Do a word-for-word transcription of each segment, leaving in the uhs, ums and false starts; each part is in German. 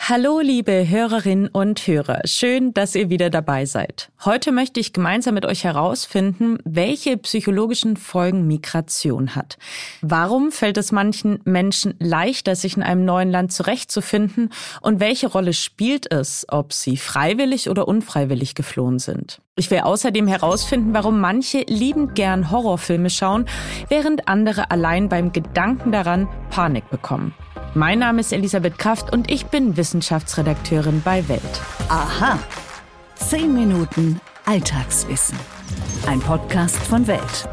Hallo liebe Hörerinnen und Hörer, schön, dass ihr wieder dabei seid. Heute möchte ich gemeinsam mit euch herausfinden, welche psychologischen Folgen Migration hat. Warum fällt es manchen Menschen leichter, sich in einem neuen Land zurechtzufinden und welche Rolle spielt es, ob sie freiwillig oder unfreiwillig geflohen sind? Ich will außerdem herausfinden, warum manche liebend gern Horrorfilme schauen, während andere allein beim Gedanken daran Panik bekommen. Mein Name ist Elisabeth Kraft und ich bin Wissenschaftsredakteurin bei Welt. Aha, zehn Minuten Alltagswissen. Ein Podcast von Welt.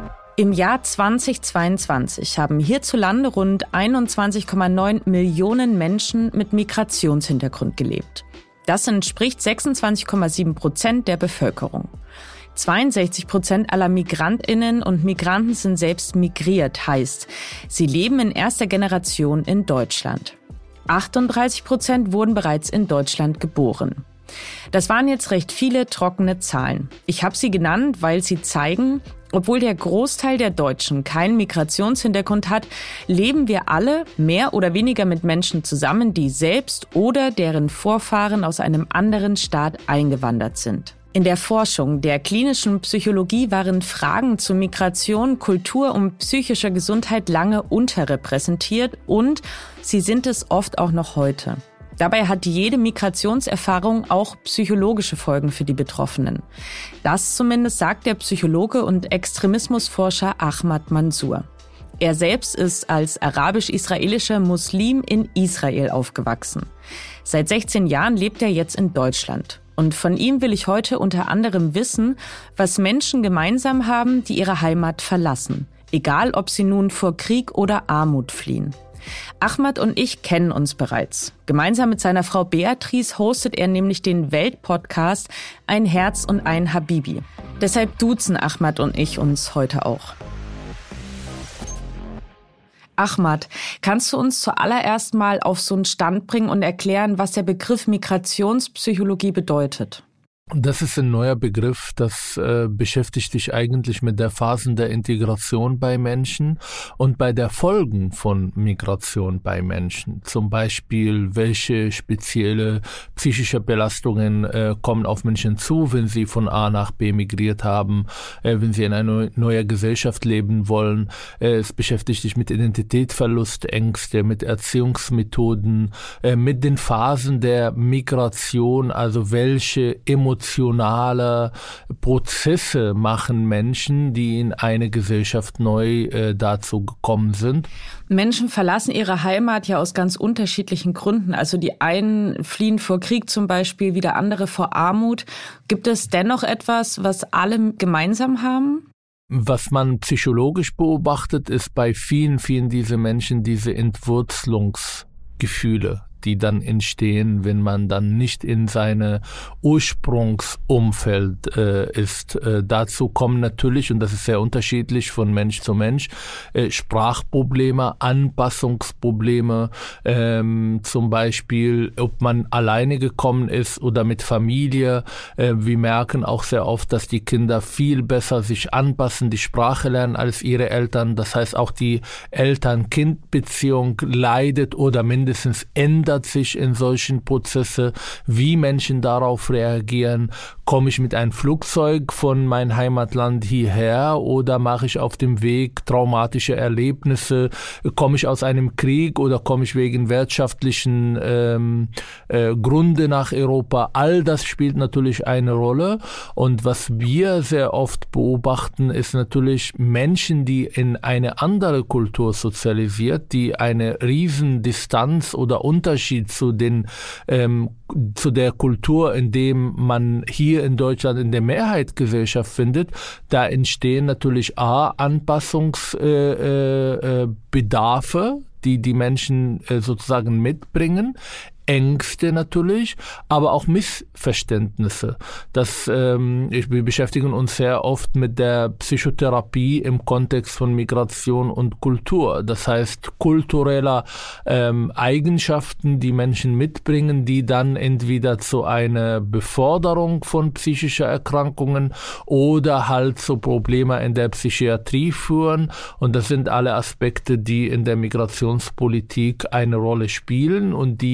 Im Jahr zweitausendzweiundzwanzig haben hierzulande rund einundzwanzig Komma neun Millionen Menschen mit Migrationshintergrund gelebt. Das entspricht sechsundzwanzig Komma sieben Prozent der Bevölkerung. zweiundsechzig Prozent aller MigrantInnen und Migranten sind selbst migriert, heißt, sie leben in erster Generation in Deutschland. achtunddreißig Prozent wurden bereits in Deutschland geboren. Das waren jetzt recht viele trockene Zahlen. Ich habe sie genannt, weil sie zeigen, obwohl der Großteil der Deutschen keinen Migrationshintergrund hat, leben wir alle mehr oder weniger mit Menschen zusammen, die selbst oder deren Vorfahren aus einem anderen Staat eingewandert sind. In der Forschung der klinischen Psychologie waren Fragen zu Migration, Kultur und psychischer Gesundheit lange unterrepräsentiert und sie sind es oft auch noch heute. Dabei hat jede Migrationserfahrung auch psychologische Folgen für die Betroffenen. Das zumindest sagt der Psychologe und Extremismusforscher Ahmad Mansour. Er selbst ist als arabisch-israelischer Muslim in Israel aufgewachsen. Seit sechzehn Jahren lebt er jetzt in Deutschland. Und von ihm will ich heute unter anderem wissen, was Menschen gemeinsam haben, die ihre Heimat verlassen. Egal, ob sie nun vor Krieg oder Armut fliehen. Ahmad und ich kennen uns bereits. Gemeinsam mit seiner Frau Beatrice hostet er nämlich den Welt-Podcast Ein Herz und ein Habibi. Deshalb duzen Ahmad und ich uns heute auch. Ahmad, kannst du uns zuallererst mal auf so einen Stand bringen und erklären, was der Begriff Migrationspsychologie bedeutet? Das ist ein neuer Begriff, das äh, beschäftigt sich eigentlich mit der Phasen der Integration bei Menschen und bei der Folgen von Migration bei Menschen. Zum Beispiel, welche spezielle psychische Belastungen äh, kommen auf Menschen zu, wenn sie von A nach B migriert haben, äh, wenn sie in einer neuen Gesellschaft leben wollen. Äh, es beschäftigt sich mit Identitätsverlust, Ängste, mit Erziehungsmethoden, äh, mit den Phasen der Migration, also welche Emotionen emotionale Prozesse machen Menschen, die in eine Gesellschaft neu äh, dazu gekommen sind. Menschen verlassen ihre Heimat ja aus ganz unterschiedlichen Gründen. Also die einen fliehen vor Krieg zum Beispiel, wieder andere vor Armut. Gibt es dennoch etwas, was alle gemeinsam haben? Was man psychologisch beobachtet, ist bei vielen, vielen dieser Menschen diese Entwurzelungsgefühle, die dann entstehen, wenn man dann nicht in seine Ursprungsumfeld äh, ist. Äh, dazu kommen natürlich, und das ist sehr unterschiedlich von Mensch zu Mensch, äh, Sprachprobleme, Anpassungsprobleme, ähm, zum Beispiel, ob man alleine gekommen ist oder mit Familie. Äh, wir merken auch sehr oft, dass die Kinder viel besser sich anpassen, die Sprache lernen als ihre Eltern. Das heißt, auch die Eltern-Kind-Beziehung leidet oder mindestens ändert sich in solchen Prozessen, wie Menschen darauf reagieren. Komme ich mit einem Flugzeug von meinem Heimatland hierher oder mache ich auf dem Weg traumatische Erlebnisse? Komme ich aus einem Krieg oder komme ich wegen wirtschaftlichen ähm, äh, Gründe nach Europa? All das spielt natürlich eine Rolle. Und was wir sehr oft beobachten, ist natürlich Menschen, die in eine andere Kultur sozialisiert, die eine riesen Distanz oder Unterschied zu den ähm, zu der Kultur, in dem man hier in Deutschland in der Mehrheitsgesellschaft findet, da entstehen natürlich A, Anpassungsbedarfe, äh, äh, die die Menschen äh, sozusagen mitbringen, Ängste natürlich, aber auch Missverständnisse. Das, ähm, wir beschäftigen uns sehr oft mit der Psychotherapie im Kontext von Migration und Kultur. Das heißt, kulturelle ähm, Eigenschaften, die Menschen mitbringen, die dann entweder zu einer Beförderung von psychischen Erkrankungen oder halt zu Problemen in der Psychiatrie führen. Und das sind alle Aspekte, die in der Migrationspolitik eine Rolle spielen und die uns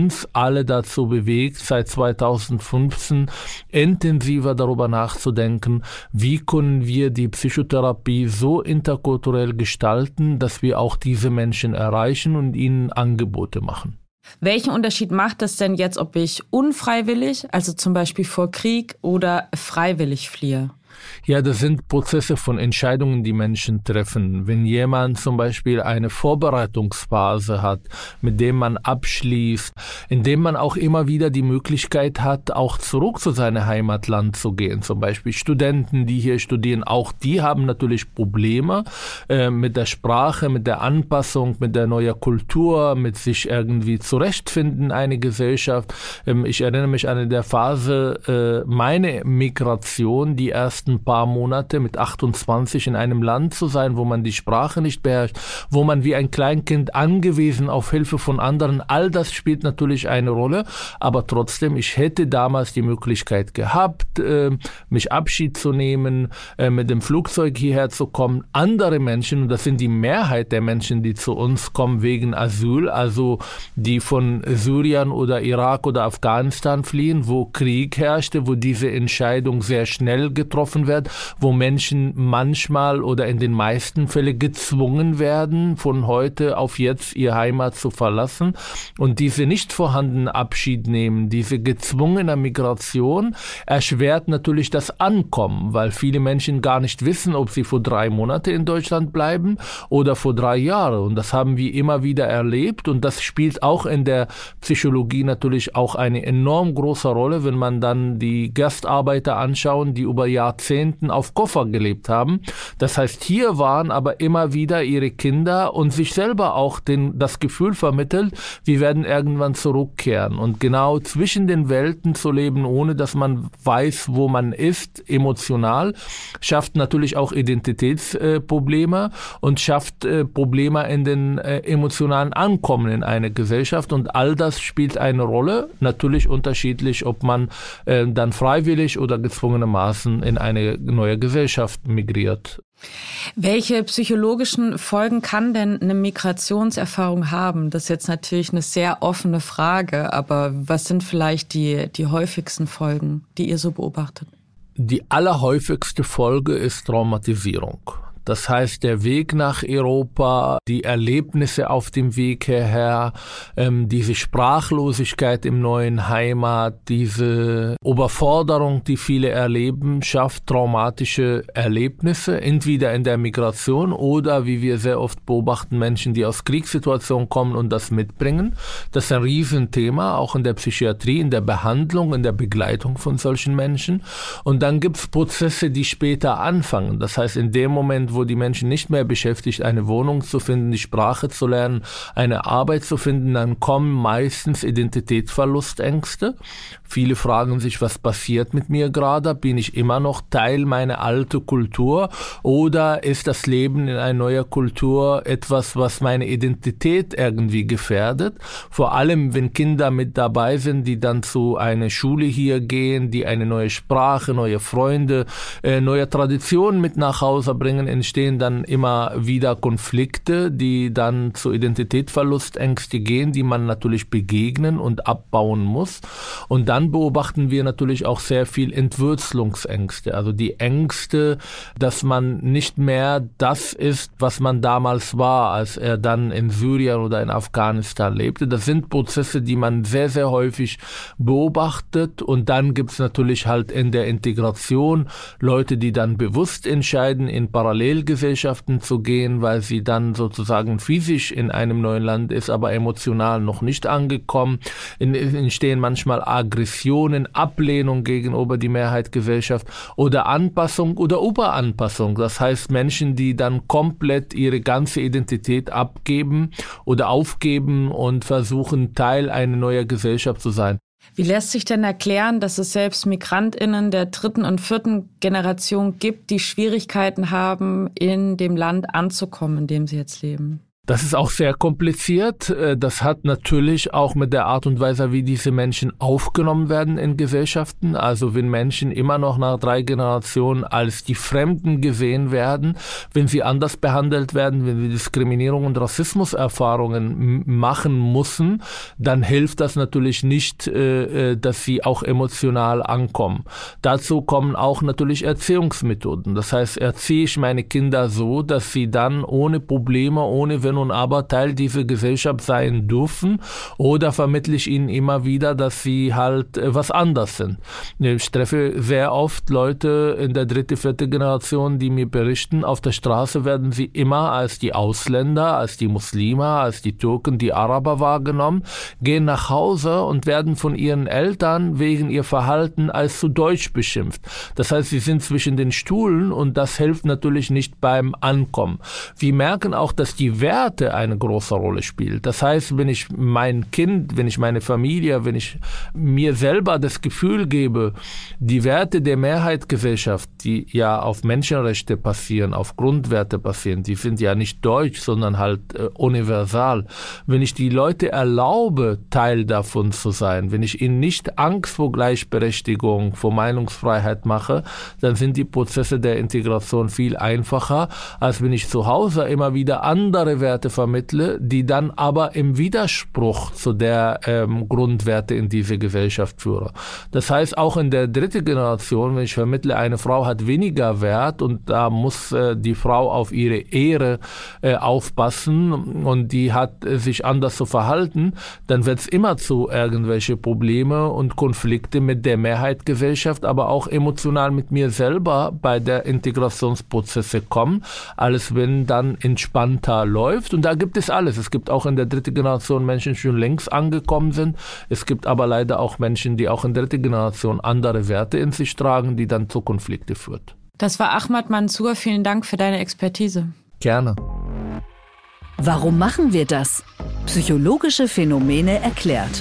uns alle dazu bewegt, seit zweitausendfünfzehn intensiver darüber nachzudenken, wie können wir die Psychotherapie so interkulturell gestalten, dass wir auch diese Menschen erreichen und ihnen Angebote machen. Welchen Unterschied macht es denn jetzt, ob ich unfreiwillig, also zum Beispiel vor Krieg, oder freiwillig fliehe? Ja, das sind Prozesse von Entscheidungen, die Menschen treffen. Wenn jemand zum Beispiel eine Vorbereitungsphase hat, mit dem man abschließt, in dem man auch immer wieder die Möglichkeit hat, auch zurück zu seinem Heimatland zu gehen. Zum Beispiel Studenten, die hier studieren, auch die haben natürlich Probleme äh, mit der Sprache, mit der Anpassung, mit der neuen Kultur, mit sich irgendwie zurechtfinden, eine Gesellschaft. Ähm, ich erinnere mich an der Phase, äh, meine Migration, die ersten ein paar Monate mit achtundzwanzig in einem Land zu sein, wo man die Sprache nicht beherrscht, wo man wie ein Kleinkind angewiesen auf Hilfe von anderen, all das spielt natürlich eine Rolle, aber trotzdem, ich hätte damals die Möglichkeit gehabt, äh, mich Abschied zu nehmen, äh, mit dem Flugzeug hierher zu kommen. Andere Menschen, und das sind die Mehrheit der Menschen, die zu uns kommen wegen Asyl, also die von Syrien oder Irak oder Afghanistan fliehen, wo Krieg herrschte, wo diese Entscheidung sehr schnell getroffen wird, wo Menschen manchmal oder in den meisten Fällen gezwungen werden, von heute auf jetzt ihre Heimat zu verlassen und diese nicht vorhandenen Abschied nehmen, diese gezwungene Migration erschwert natürlich das Ankommen, weil viele Menschen gar nicht wissen, ob sie vor drei Monate in Deutschland bleiben oder vor drei Jahren, und das haben wir immer wieder erlebt, und das spielt auch in der Psychologie natürlich auch eine enorm große Rolle, wenn man dann die Gastarbeiter anschauen, die über Jahrzehnte auf Koffer gelebt haben. Das heißt, hier waren aber immer wieder ihre Kinder und sich selber auch den, das Gefühl vermittelt, wir werden irgendwann zurückkehren. Und genau zwischen den Welten zu leben, ohne dass man weiß, wo man ist, emotional, schafft natürlich auch Identitätsprobleme und schafft äh, Probleme in den äh, emotionalen Ankommen in einer Gesellschaft. Und all das spielt eine Rolle, natürlich unterschiedlich, ob man äh, dann freiwillig oder gezwungenermaßen in eine neue Gesellschaft migriert. Welche psychologischen Folgen kann denn eine Migrationserfahrung haben? Das ist jetzt natürlich eine sehr offene Frage, aber was sind vielleicht die, die häufigsten Folgen, die ihr so beobachtet? Die allerhäufigste Folge ist Traumatisierung. Das heißt, der Weg nach Europa, die Erlebnisse auf dem Weg hierher, ähm, diese Sprachlosigkeit im neuen Heimat, diese Überforderung, die viele erleben, schafft traumatische Erlebnisse, entweder in der Migration oder, wie wir sehr oft beobachten, Menschen, die aus Kriegssituationen kommen und das mitbringen. Das ist ein Riesenthema, auch in der Psychiatrie, in der Behandlung, in der Begleitung von solchen Menschen. Und dann gibt es Prozesse, die später anfangen. Das heißt, in dem Moment, wo die Menschen nicht mehr beschäftigt, eine Wohnung zu finden, die Sprache zu lernen, eine Arbeit zu finden, dann kommen meistens Identitätsverlustängste. Viele fragen sich, was passiert mit mir gerade? Bin ich immer noch Teil meiner alten Kultur oder ist das Leben in einer neuen Kultur etwas, was meine Identität irgendwie gefährdet? Vor allem, wenn Kinder mit dabei sind, die dann zu einer Schule hier gehen, die eine neue Sprache, neue Freunde, äh, neue Traditionen mit nach Hause bringen, entstehen dann immer wieder Konflikte, die dann zu Identitätsverlustängste gehen, die man natürlich begegnen und abbauen muss. Und dann beobachten wir natürlich auch sehr viel Entwurzelungsängste, also die Ängste, dass man nicht mehr das ist, was man damals war, als er dann in Syrien oder in Afghanistan lebte. Das sind Prozesse, die man sehr, sehr häufig beobachtet. Und dann gibt es natürlich halt in der Integration Leute, die dann bewusst entscheiden, in Parallelgesellschaften zu gehen, weil sie dann sozusagen physisch in einem neuen Land ist, aber emotional noch nicht angekommen. In, entstehen manchmal Aggressionen, Ablehnung gegenüber die Mehrheitsgesellschaft oder Anpassung oder Überanpassung. Das heißt, Menschen, die dann komplett ihre ganze Identität abgeben oder aufgeben und versuchen, Teil einer neuen Gesellschaft zu sein. Wie lässt sich denn erklären, dass es selbst MigrantInnen der dritten und vierten Generation gibt, die Schwierigkeiten haben, in dem Land anzukommen, in dem sie jetzt leben? Das ist auch sehr kompliziert. Das hat natürlich auch mit der Art und Weise, wie diese Menschen aufgenommen werden in Gesellschaften. Also wenn Menschen immer noch nach drei Generationen als die Fremden gesehen werden, wenn sie anders behandelt werden, wenn sie Diskriminierung und Rassismuserfahrungen machen müssen, dann hilft das natürlich nicht, dass sie auch emotional ankommen. Dazu kommen auch natürlich Erziehungsmethoden. Das heißt, erziehe ich meine Kinder so, dass sie dann ohne Probleme, ohne Wenn und Aber Teil dieser Gesellschaft sein dürfen, oder vermittle ich ihnen immer wieder, dass sie halt was anders sind. Ich treffe sehr oft Leute in der dritte, vierte Generation, die mir berichten, auf der Straße werden sie immer als die Ausländer, als die Muslime, als die Türken, die Araber wahrgenommen, gehen nach Hause und werden von ihren Eltern wegen ihr Verhalten als zu deutsch beschimpft. Das heißt, sie sind zwischen den Stühlen und das hilft natürlich nicht beim Ankommen. Wir merken auch, dass die Werte eine große Rolle spielt. Das heißt, wenn ich mein Kind, wenn ich meine Familie, wenn ich mir selber das Gefühl gebe, die Werte der Mehrheitsgesellschaft, die ja auf Menschenrechte basieren, auf Grundwerte basieren, die sind ja nicht deutsch, sondern halt äh, universal. Wenn ich die Leute erlaube, Teil davon zu sein, wenn ich ihnen nicht Angst vor Gleichberechtigung, vor Meinungsfreiheit mache, dann sind die Prozesse der Integration viel einfacher, als wenn ich zu Hause immer wieder andere Werte vermittle, die dann aber im Widerspruch zu der ähm, Grundwerte in diese Gesellschaft führen. Das heißt, auch in der dritten Generation, wenn ich vermittle, eine Frau hat weniger Wert und da muss äh, die Frau auf ihre Ehre äh, aufpassen und die hat äh, sich anders zu verhalten, dann wird es immer zu irgendwelche Probleme und Konflikte mit der Mehrheitsgesellschaft, aber auch emotional mit mir selber bei der Integrationsprozesse kommen, als wenn dann entspannter läuft. Und da gibt es alles. Es gibt auch in der dritten Generation Menschen, die schon längst angekommen sind. Es gibt aber leider auch Menschen, die auch in der dritten Generation andere Werte in sich tragen, die dann zu Konflikten führt. Das war Ahmad Mansour. Vielen Dank für deine Expertise. Gerne. Warum machen wir das? Psychologische Phänomene erklärt.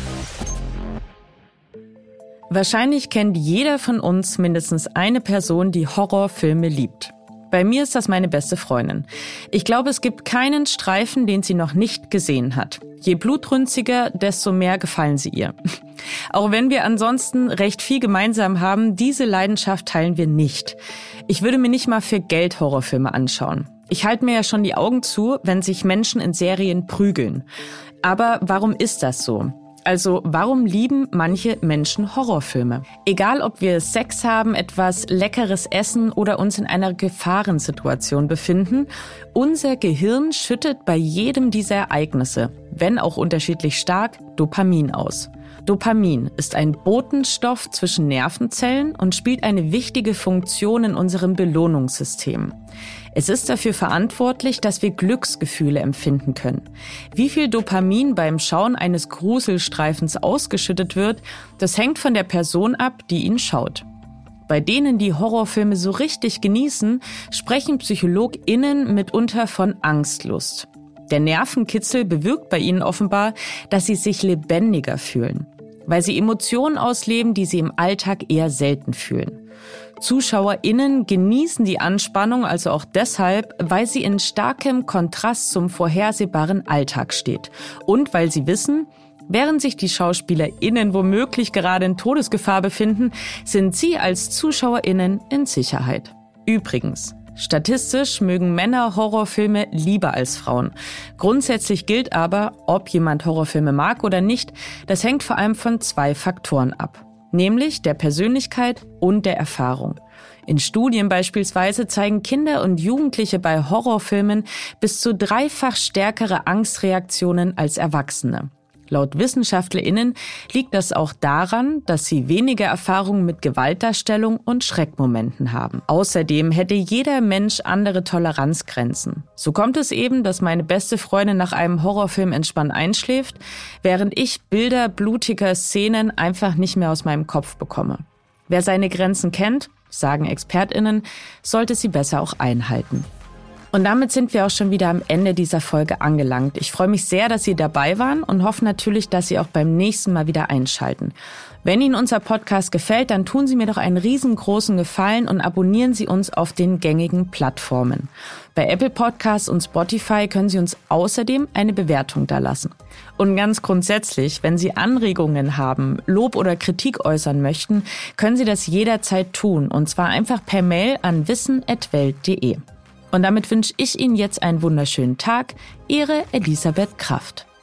Wahrscheinlich kennt jeder von uns mindestens eine Person, die Horrorfilme liebt. Bei mir ist das meine beste Freundin. Ich glaube, es gibt keinen Streifen, den sie noch nicht gesehen hat. Je blutrünstiger, desto mehr gefallen sie ihr. Auch wenn wir ansonsten recht viel gemeinsam haben, diese Leidenschaft teilen wir nicht. Ich würde mir nicht mal für Geld Horrorfilme anschauen. Ich halte mir ja schon die Augen zu, wenn sich Menschen in Serien prügeln. Aber warum ist das so? Also warum lieben manche Menschen Horrorfilme? Egal, ob wir Sex haben, etwas Leckeres essen oder uns in einer Gefahrensituation befinden, unser Gehirn schüttet bei jedem dieser Ereignisse, wenn auch unterschiedlich stark, Dopamin aus. Dopamin ist ein Botenstoff zwischen Nervenzellen und spielt eine wichtige Funktion in unserem Belohnungssystem. Es ist dafür verantwortlich, dass wir Glücksgefühle empfinden können. Wie viel Dopamin beim Schauen eines Gruselstreifens ausgeschüttet wird, das hängt von der Person ab, die ihn schaut. Bei denen, die Horrorfilme so richtig genießen, sprechen PsychologInnen mitunter von Angstlust. Der Nervenkitzel bewirkt bei ihnen offenbar, dass sie sich lebendiger fühlen, weil sie Emotionen ausleben, die sie im Alltag eher selten fühlen. ZuschauerInnen genießen die Anspannung also auch deshalb, weil sie in starkem Kontrast zum vorhersehbaren Alltag steht und weil sie wissen, während sich die SchauspielerInnen womöglich gerade in Todesgefahr befinden, sind sie als ZuschauerInnen in Sicherheit. Übrigens, statistisch mögen Männer Horrorfilme lieber als Frauen. Grundsätzlich gilt aber, ob jemand Horrorfilme mag oder nicht, das hängt vor allem von zwei Faktoren ab. Nämlich der Persönlichkeit und der Erfahrung. In Studien beispielsweise zeigen Kinder und Jugendliche bei Horrorfilmen bis zu dreifach stärkere Angstreaktionen als Erwachsene. Laut WissenschaftlerInnen liegt das auch daran, dass sie weniger Erfahrung mit Gewaltdarstellung und Schreckmomenten haben. Außerdem hätte jeder Mensch andere Toleranzgrenzen. So kommt es eben, dass meine beste Freundin nach einem Horrorfilm entspannt einschläft, während ich Bilder blutiger Szenen einfach nicht mehr aus meinem Kopf bekomme. Wer seine Grenzen kennt, sagen ExpertInnen, sollte sie besser auch einhalten. Und damit sind wir auch schon wieder am Ende dieser Folge angelangt. Ich freue mich sehr, dass Sie dabei waren und hoffe natürlich, dass Sie auch beim nächsten Mal wieder einschalten. Wenn Ihnen unser Podcast gefällt, dann tun Sie mir doch einen riesengroßen Gefallen und abonnieren Sie uns auf den gängigen Plattformen. Bei Apple Podcasts und Spotify können Sie uns außerdem eine Bewertung dalassen. Und ganz grundsätzlich, wenn Sie Anregungen haben, Lob oder Kritik äußern möchten, können Sie das jederzeit tun, und zwar einfach per Mail an wissen at welt punkt de. Und damit wünsche ich Ihnen jetzt einen wunderschönen Tag. Ihre Elisabeth Kraft.